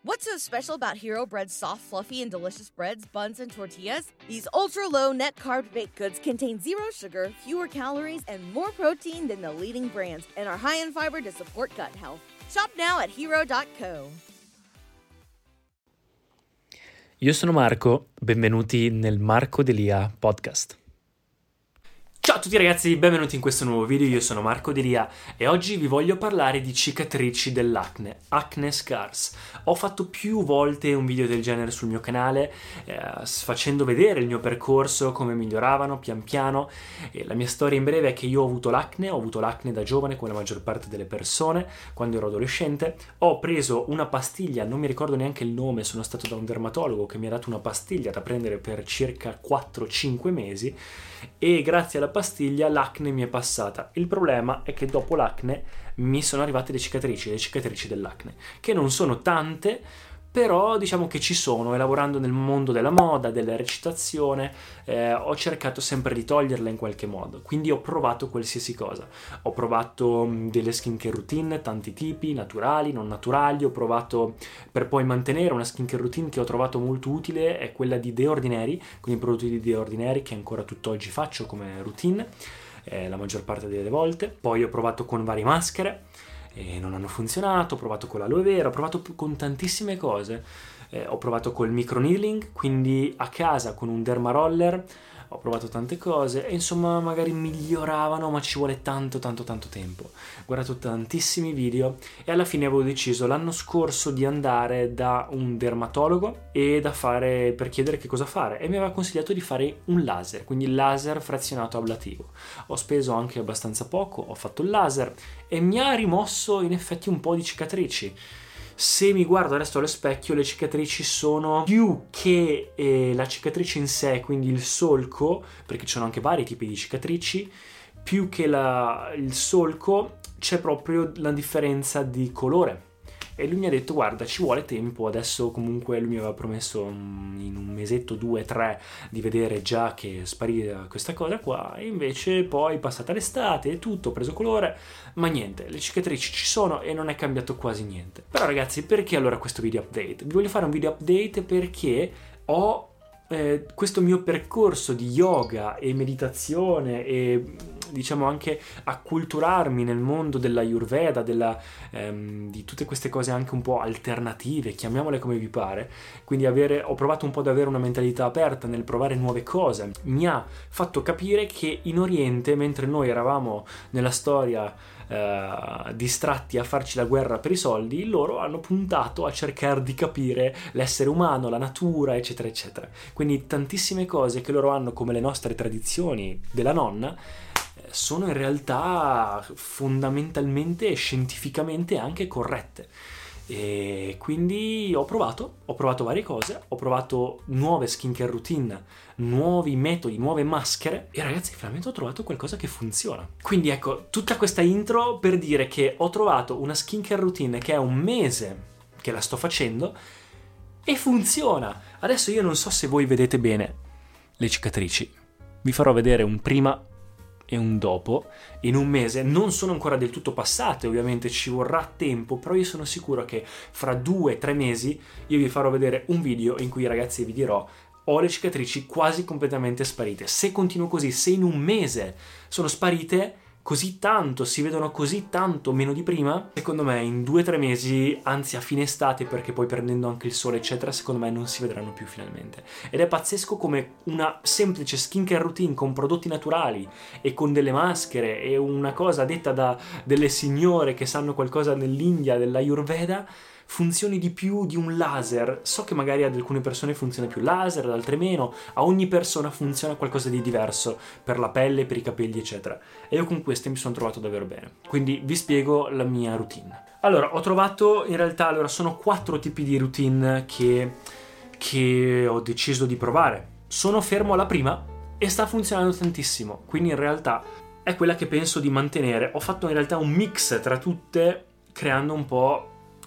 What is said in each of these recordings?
What's so special about Hero Bread's soft, fluffy, and delicious breads, buns, and tortillas? These ultra-low net-carb baked goods contain zero sugar, fewer calories, and more protein than the leading brands, and are high in fiber to support gut health. Shop now at hero.co. Io sono Marco, benvenuti nel Marco Delia podcast. Ciao a tutti ragazzi, benvenuti in questo nuovo video. Io sono Marco Delia e oggi vi voglio parlare di cicatrici dell'acne, acne scars. Ho fatto più volte un video del genere sul mio canale, facendo vedere il mio percorso, come miglioravano pian piano. E la mia storia in breve è che io ho avuto l'acne da giovane, come la maggior parte delle persone, quando ero adolescente. Ho preso una pastiglia, non mi ricordo neanche il nome, sono stato da un dermatologo che mi ha dato una pastiglia da prendere per circa 4-5 mesi e grazie alla pastiglia l'acne mi è passata. Il problema è che dopo l'acne mi sono arrivate le cicatrici dell'acne, che non sono tante, però diciamo che ci sono, e lavorando nel mondo della moda, della recitazione, ho cercato sempre di toglierla in qualche modo, quindi ho provato qualsiasi cosa. Ho provato delle skincare routine, tanti tipi, naturali, non naturali, ho provato per poi mantenere una skincare routine che ho trovato molto utile, è quella di The Ordinary, quindi i prodotti di The Ordinary che ancora tutt'oggi faccio come routine, la maggior parte delle volte. Poi ho provato con varie maschere, e non hanno funzionato, ho provato con l'aloe vera, ho provato con tantissime cose, ho provato col microneedling, quindi a casa con un derma roller, ho provato tante cose e insomma magari miglioravano, ma ci vuole tanto tempo. Ho guardato tantissimi video e alla fine avevo deciso l'anno scorso di andare da un dermatologo per chiedere che cosa fare, e mi aveva consigliato di fare un laser, quindi il laser frazionato ablativo. Ho speso anche abbastanza poco, ho fatto il laser e mi ha rimosso in effetti un po' di cicatrici. Se mi guardo adesso allo specchio, le cicatrici sono più che la cicatrice in sé, quindi il solco, perché ci sono anche vari tipi di cicatrici, più che il solco c'è proprio la differenza di colore. E lui mi ha detto guarda, ci vuole tempo, adesso comunque lui mi aveva promesso in un mesetto, 2-3 di vedere già che spariva questa cosa qua, e invece poi passata l'estate e tutto, ho preso colore, ma niente, le cicatrici ci sono e non è cambiato quasi niente. Però ragazzi, perché allora questo video update? Vi voglio fare un video update perché ho questo mio percorso di yoga e meditazione e diciamo anche acculturarmi nel mondo dell'Ayurveda, di tutte queste cose anche un po' alternative, chiamiamole come vi pare. Quindi ho provato un po' ad avere una mentalità aperta nel provare nuove cose. Mi ha fatto capire che in Oriente, mentre noi eravamo nella storia distratti a farci la guerra per i soldi, loro hanno puntato a cercare di capire l'essere umano, la natura, eccetera eccetera. Quindi tantissime cose che loro hanno come le nostre tradizioni della nonna sono in realtà fondamentalmente e scientificamente anche corrette. E quindi ho provato varie cose, ho provato nuove skincare routine, nuovi metodi, nuove maschere, e ragazzi finalmente ho trovato qualcosa che funziona. Quindi ecco, tutta questa intro per dire che ho trovato una skincare routine che è un mese che la sto facendo e funziona. Adesso io non so se voi vedete bene le cicatrici, vi farò vedere un prima e un dopo in un mese. Non sono ancora del tutto passate, ovviamente ci vorrà tempo, però io sono sicuro che fra 2-3 mesi io vi farò vedere un video in cui ragazzi vi dirò ho le cicatrici quasi completamente sparite. Se continuo così, se in un mese sono sparite così tanto, si vedono così tanto meno di prima, secondo me in 2-3 mesi, anzi a fine estate, perché poi prendendo anche il sole eccetera, secondo me non si vedranno più finalmente. Ed è pazzesco come una semplice skincare routine con prodotti naturali e con delle maschere e una cosa detta da delle signore che sanno qualcosa nell'India, dell'Ayurveda, funzioni di più di un laser. So che magari ad alcune persone funziona più laser, ad altre meno, a ogni persona funziona qualcosa di diverso per la pelle, per i capelli eccetera, e io con queste mi sono trovato davvero bene. Quindi vi spiego la mia routine. Allora, ho trovato in realtà, sono 4 tipi di routine che ho deciso di provare. Sono fermo alla prima e sta funzionando tantissimo, quindi in realtà è quella che penso di mantenere. Ho fatto in realtà un mix tra tutte, creando un po'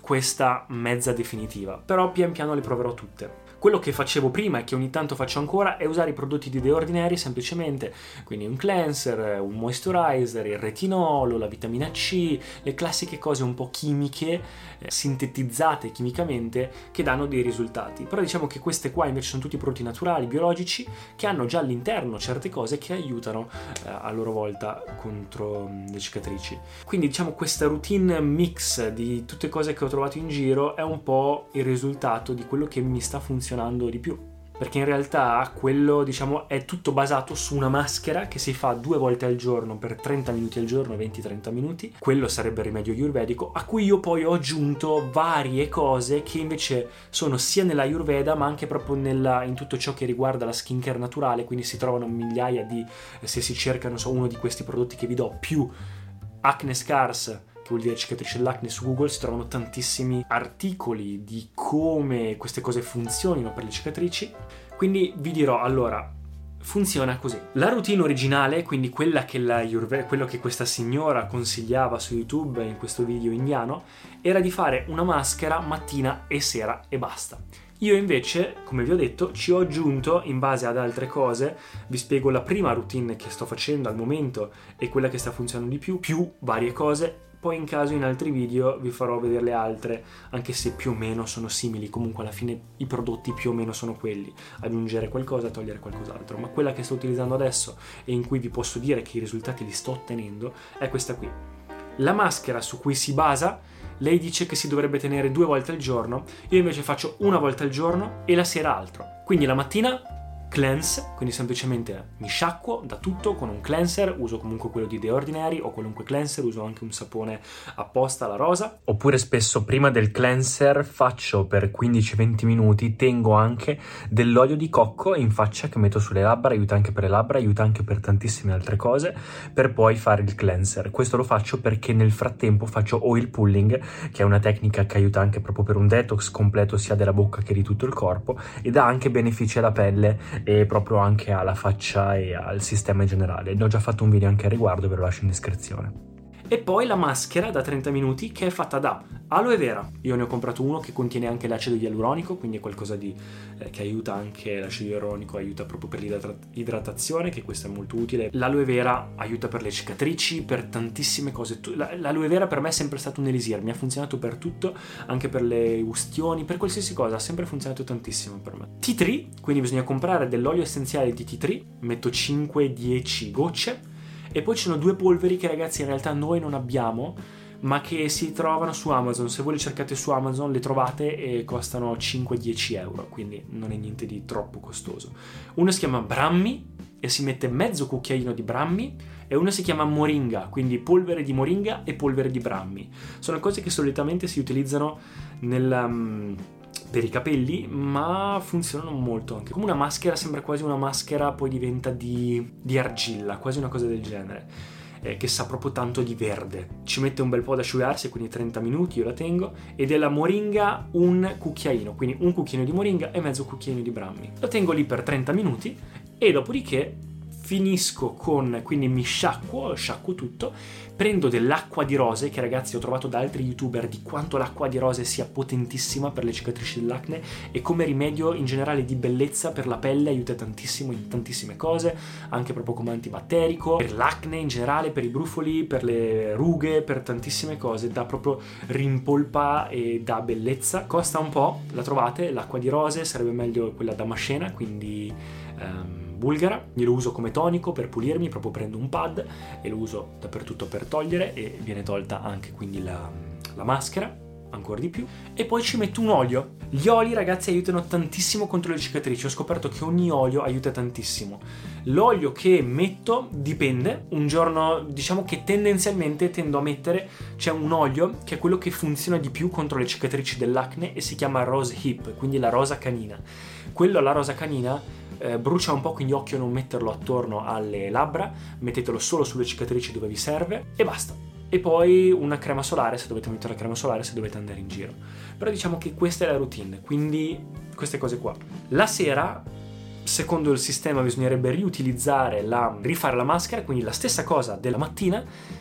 questa mezza definitiva, però pian piano le proverò tutte. Quello che facevo prima e che ogni tanto faccio ancora è usare i prodotti di The Ordinary semplicemente, quindi un cleanser, un moisturizer, il retinolo, la vitamina C, le classiche cose un po' chimiche, sintetizzate chimicamente, che danno dei risultati. Però diciamo che queste qua invece sono tutti prodotti naturali, biologici, che hanno già all'interno certe cose che aiutano a loro volta contro le cicatrici. Quindi diciamo questa routine mix di tutte cose che ho trovato in giro è un po' il risultato di quello che mi sta funzionando di più, perché in realtà quello, diciamo, è tutto basato su una maschera che si fa 2 volte al giorno per 30 minuti al giorno, 20-30 minuti. Quello sarebbe il rimedio ayurvedico, a cui io poi ho aggiunto varie cose che invece sono sia nell'ayurveda ma anche proprio in tutto ciò che riguarda la skincare naturale. Quindi si trovano migliaia di, se si cerca, non so, uno di questi prodotti che vi do, più acne scars, che vuol dire cicatrice dell'acne, su Google si trovano tantissimi articoli di come queste cose funzionino per le cicatrici. Quindi vi dirò, allora, funziona così. La routine originale, quindi quella che quello che questa signora consigliava su YouTube in questo video indiano, era di fare una maschera mattina e sera e basta. Io invece, come vi ho detto, ci ho aggiunto in base ad altre cose. Vi spiego la prima routine che sto facendo al momento e quella che sta funzionando di più varie cose. Poi in caso in altri video vi farò vedere le altre, anche se più o meno sono simili. Comunque alla fine i prodotti più o meno sono quelli, aggiungere qualcosa, togliere qualcos'altro. Ma quella che sto utilizzando adesso e in cui vi posso dire che i risultati li sto ottenendo è questa qui. La maschera su cui si basa, lei dice che si dovrebbe tenere 2 volte al giorno, io invece faccio 1 volta al giorno e la sera altro. Quindi la mattina cleanse, quindi semplicemente mi sciacquo da tutto con un cleanser, uso comunque quello di The Ordinary o qualunque cleanser, uso anche un sapone apposta, la rosa. Oppure spesso prima del cleanser faccio per 15-20 minuti, tengo anche dell'olio di cocco in faccia che metto sulle labbra, aiuta anche per le labbra, aiuta anche per tantissime altre cose, per poi fare il cleanser. Questo lo faccio perché nel frattempo faccio oil pulling, che è una tecnica che aiuta anche proprio per un detox completo sia della bocca che di tutto il corpo e dà anche benefici alla pelle e proprio anche alla faccia e al sistema in generale. Ne ho già fatto un video anche a riguardo, ve lo lascio in descrizione. E poi la maschera da 30 minuti che è fatta da aloe vera. Io ne ho comprato uno che contiene anche l'acido ialuronico, quindi è qualcosa di che aiuta anche, l'acido ialuronico aiuta proprio per l'idratazione, che questo è molto utile. L'aloe vera aiuta per le cicatrici, per tantissime cose. L'aloe vera per me è sempre stato un elisir, mi ha funzionato per tutto, anche per le ustioni, per qualsiasi cosa, ha sempre funzionato tantissimo per me. Tea tree, quindi bisogna comprare dell'olio essenziale di tea tree, metto 5-10 gocce. E poi ci sono 2 polveri che, ragazzi, in realtà noi non abbiamo, ma che si trovano su Amazon. Se voi le cercate su Amazon le trovate e costano 5-10 euro, quindi non è niente di troppo costoso. Uno si chiama Brahmi e si mette mezzo cucchiaino di Brahmi, e uno si chiama Moringa, quindi polvere di Moringa e polvere di Brahmi. Sono cose che solitamente si utilizzano per i capelli, ma funzionano molto anche. Come una maschera, sembra quasi una maschera, poi diventa di argilla, quasi una cosa del genere, che sa proprio tanto di verde. Ci mette un bel po' ad asciugarsi, quindi 30 minuti io la tengo, ed è la Moringa un cucchiaino, quindi un cucchiaino di Moringa e mezzo cucchiaino di Brahmi. Lo tengo lì per 30 minuti e dopodiché finisco quindi mi sciacquo tutto, prendo dell'acqua di rose, che ragazzi ho trovato da altri youtuber di quanto l'acqua di rose sia potentissima per le cicatrici dell'acne e come rimedio in generale di bellezza per la pelle, aiuta tantissimo in tantissime cose, anche proprio come antibatterico, per l'acne in generale, per i brufoli, per le rughe, per tantissime cose, dà proprio rimpolpa e dà bellezza. Costa un po', la trovate, l'acqua di rose, sarebbe meglio quella damascena, quindi bulgara. Io lo uso come tonico per pulirmi, proprio prendo un pad e lo uso dappertutto per togliere, e viene tolta anche quindi la maschera ancora di più. E poi ci metto un olio. Gli oli, ragazzi, aiutano tantissimo contro le cicatrici. Ho scoperto che ogni olio aiuta tantissimo. L'olio che metto dipende. Un giorno, diciamo che tendenzialmente tendo a mettere, c'è un olio che è quello che funziona di più contro le cicatrici dell'acne e si chiama Rose Hip, quindi la rosa canina. Quello, la rosa canina, brucia un po', quindi occhio a non metterlo attorno alle labbra, mettetelo solo sulle cicatrici dove vi serve e basta. E poi una crema solare, se dovete mettere la crema solare, se dovete andare in giro. Però diciamo che questa è la routine, quindi queste cose qua. La sera, secondo il sistema, bisognerebbe rifare la maschera, quindi la stessa cosa della mattina,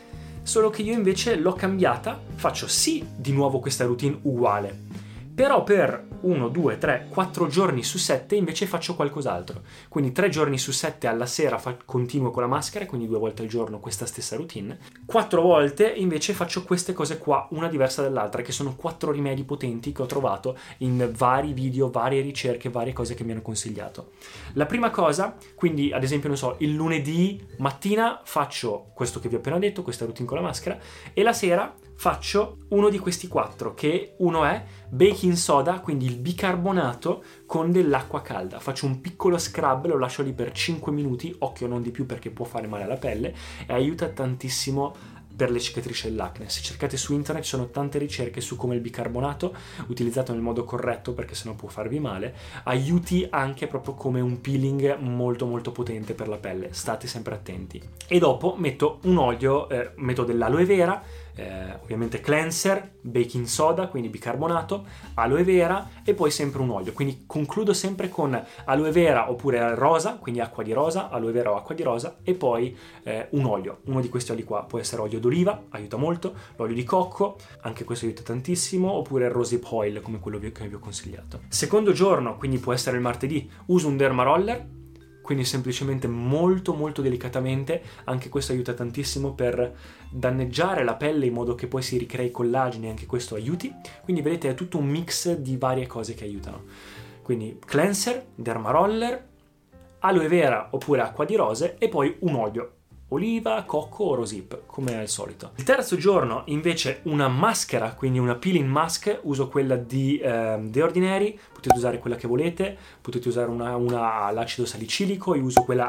solo che io invece l'ho cambiata, faccio sì di nuovo questa routine uguale, però per 1, 2, 3, 4 giorni su 7 invece faccio qualcos'altro. Quindi 3 giorni su 7 alla sera continuo con la maschera, quindi 2 volte al giorno questa stessa routine. 4 volte invece faccio queste cose qua, una diversa dall'altra, che sono 4 rimedi potenti che ho trovato in vari video, varie ricerche, varie cose che mi hanno consigliato. La prima cosa, quindi ad esempio, non so, il lunedì mattina faccio questo che vi ho appena detto, questa routine con la maschera, e la sera faccio uno di questi 4, che uno è baking soda, quindi il bicarbonato con dell'acqua calda. Faccio un piccolo scrub, lo lascio lì per 5 minuti, occhio non di più perché può fare male alla pelle, e aiuta tantissimo per le cicatrici dell'acne. Se cercate su internet ci sono tante ricerche su come il bicarbonato, utilizzato nel modo corretto perché sennò può farvi male, aiuti anche proprio come un peeling molto molto potente per la pelle. State sempre attenti. E dopo metto un olio, metto dell'aloe vera, ovviamente cleanser, baking soda, quindi bicarbonato, aloe vera e poi sempre un olio. Quindi concludo sempre con aloe vera oppure rosa, quindi acqua di rosa, aloe vera o acqua di rosa, e poi un olio. Uno di questi oli qua può essere olio d'oliva, aiuta molto, l'olio di cocco, anche questo aiuta tantissimo, oppure il rosehip oil come quello che vi ho consigliato. Secondo giorno, quindi può essere il martedì, uso un derma roller, quindi semplicemente molto molto delicatamente. Anche questo aiuta tantissimo per danneggiare la pelle in modo che poi si ricrei collagene, anche questo aiuti. Quindi vedete, è tutto un mix di varie cose che aiutano. Quindi cleanser, derma roller, aloe vera oppure acqua di rose e poi un olio, oliva, cocco o rosehip, come al solito. Il terzo giorno invece una maschera, quindi una peeling mask, uso quella di The Ordinary, potete usare quella che volete, potete usare una all'acido salicilico, io uso quella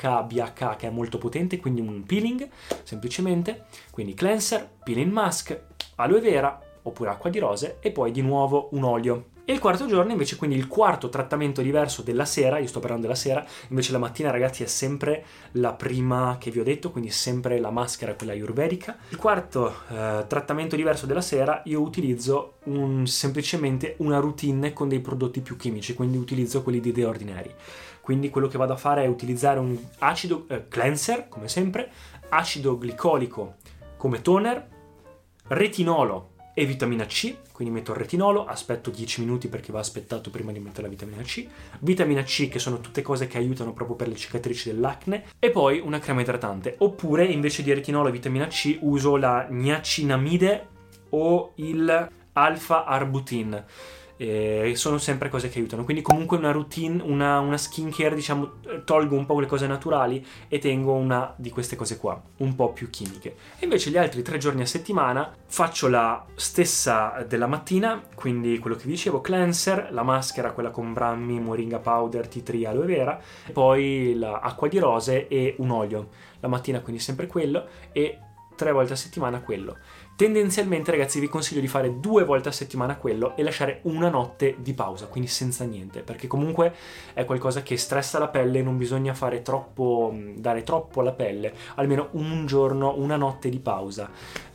AHBH che è molto potente, quindi un peeling semplicemente, quindi cleanser, peeling mask, aloe vera oppure acqua di rose e poi di nuovo un olio. E il quarto giorno invece, quindi il quarto trattamento diverso della sera, io sto parlando della sera, invece la mattina ragazzi è sempre la prima che vi ho detto, quindi sempre la maschera, quella ayurvedica. Il quarto trattamento diverso della sera, io utilizzo semplicemente una routine con dei prodotti più chimici, quindi utilizzo quelli di The Ordinary. Quindi quello che vado a fare è utilizzare un acido cleanser, come sempre, acido glicolico come toner, retinolo e vitamina C, quindi metto il retinolo, aspetto 10 minuti perché va aspettato prima di mettere la vitamina C, che sono tutte cose che aiutano proprio per le cicatrici dell'acne, e poi una crema idratante. Oppure invece di retinolo e vitamina C uso la niacinamide o il alfa-arbutin. Sono sempre cose che aiutano, quindi comunque una routine, una skincare, diciamo, tolgo un po' le cose naturali e tengo una di queste cose qua un po' più chimiche. E invece gli altri 3 giorni a settimana faccio la stessa della mattina, quindi quello che vi dicevo, cleanser, la maschera, quella con Brahmi, moringa powder, tea tree, aloe vera, e poi l'acqua di rose e un olio la mattina, quindi sempre quello, e 3 volte a settimana quello. Tendenzialmente ragazzi vi consiglio di fare 2 volte a settimana quello e lasciare una notte di pausa, quindi senza niente, perché comunque è qualcosa che stressa la pelle, non bisogna fare dare troppo alla pelle, almeno un giorno, una notte di pausa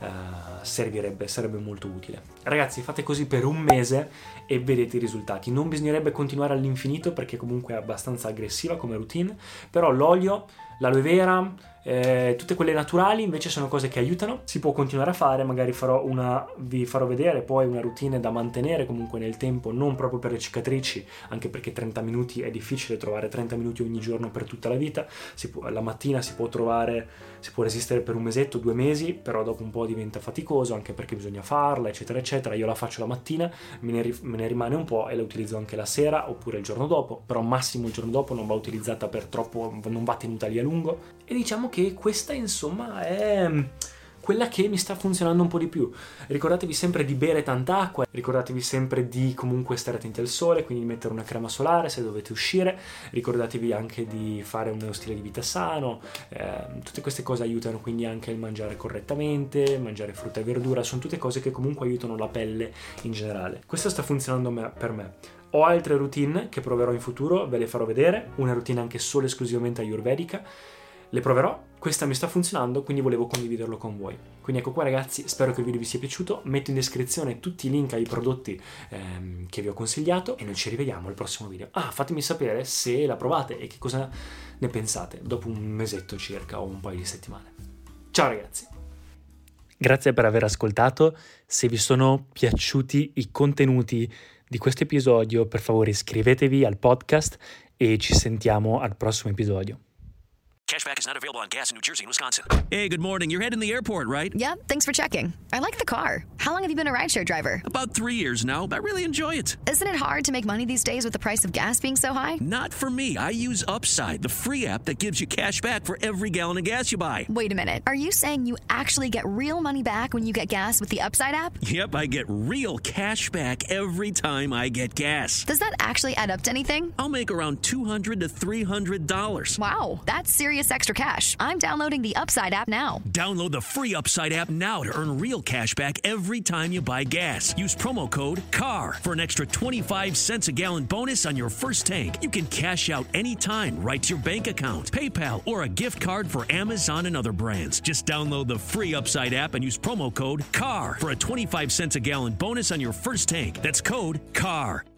sarebbe molto utile. Ragazzi, fate così per un mese e vedete i risultati. Non bisognerebbe continuare all'infinito perché comunque è abbastanza aggressiva come routine, però l'olio, l'aloe vera, tutte quelle naturali invece sono cose che aiutano, si può continuare a fare, magari vi farò vedere poi una routine da mantenere comunque nel tempo, non proprio per le cicatrici, anche perché 30 minuti è difficile trovare 30 minuti ogni giorno per tutta la vita. La mattina si può resistere per un mesetto, 2 mesi, però dopo un po' diventa faticoso, anche perché bisogna farla, eccetera eccetera. Io la faccio la mattina, me ne rimane un po' e la utilizzo anche la sera oppure il giorno dopo, però massimo il giorno dopo, non va utilizzata per troppo, non va tenuta lì a lungo. E diciamo che questa insomma è quella che mi sta funzionando un po' di più. Ricordatevi sempre di bere tanta acqua, ricordatevi sempre di comunque stare attenti al sole, quindi di mettere una crema solare se dovete uscire, ricordatevi anche di fare uno stile di vita sano, tutte queste cose aiutano, quindi anche il mangiare correttamente, mangiare frutta e verdura, sono tutte cose che comunque aiutano la pelle in generale. Questo sta funzionando per me. Ho altre routine che proverò in futuro, ve le farò vedere, una routine anche solo esclusivamente ayurvedica. Le proverò, questa mi sta funzionando, quindi volevo condividerlo con voi. Quindi ecco qua ragazzi, spero che il video vi sia piaciuto, metto in descrizione tutti i link ai prodotti che vi ho consigliato e noi ci rivediamo al prossimo video. Fatemi sapere se la provate e che cosa ne pensate dopo un mesetto circa o un paio di settimane. Ciao ragazzi! Grazie per aver ascoltato. Se vi sono piaciuti i contenuti di questo episodio, per favore iscrivetevi al podcast e ci sentiamo al prossimo episodio. Cashback is not available on gas in New Jersey and Wisconsin. Hey, good morning. You're heading to the airport, right? Yep, thanks for checking. I like the car. How long have you been a rideshare driver? About 3 years now. I really enjoy it. Isn't it hard to make money these days with the price of gas being so high? Not for me. I use Upside, the free app that gives you cash back for every gallon of gas you buy. Wait a minute. Are you saying you actually get real money back when you get gas with the Upside app? Yep, I get real cash back every time I get gas. Does that actually add up to anything? I'll make around $200 to $300. Wow, that's serious extra cash. I'm downloading the Upside app now. Download the free Upside app now to earn real cash back every time you buy gas. Use promo code CAR for an extra 25 cents a gallon bonus on your first tank. You can cash out anytime right to your bank account, PayPal, or a gift card for Amazon and other brands. Just download the free Upside app and use promo code CAR for a 25 cents a gallon bonus on your first tank. That's code CAR.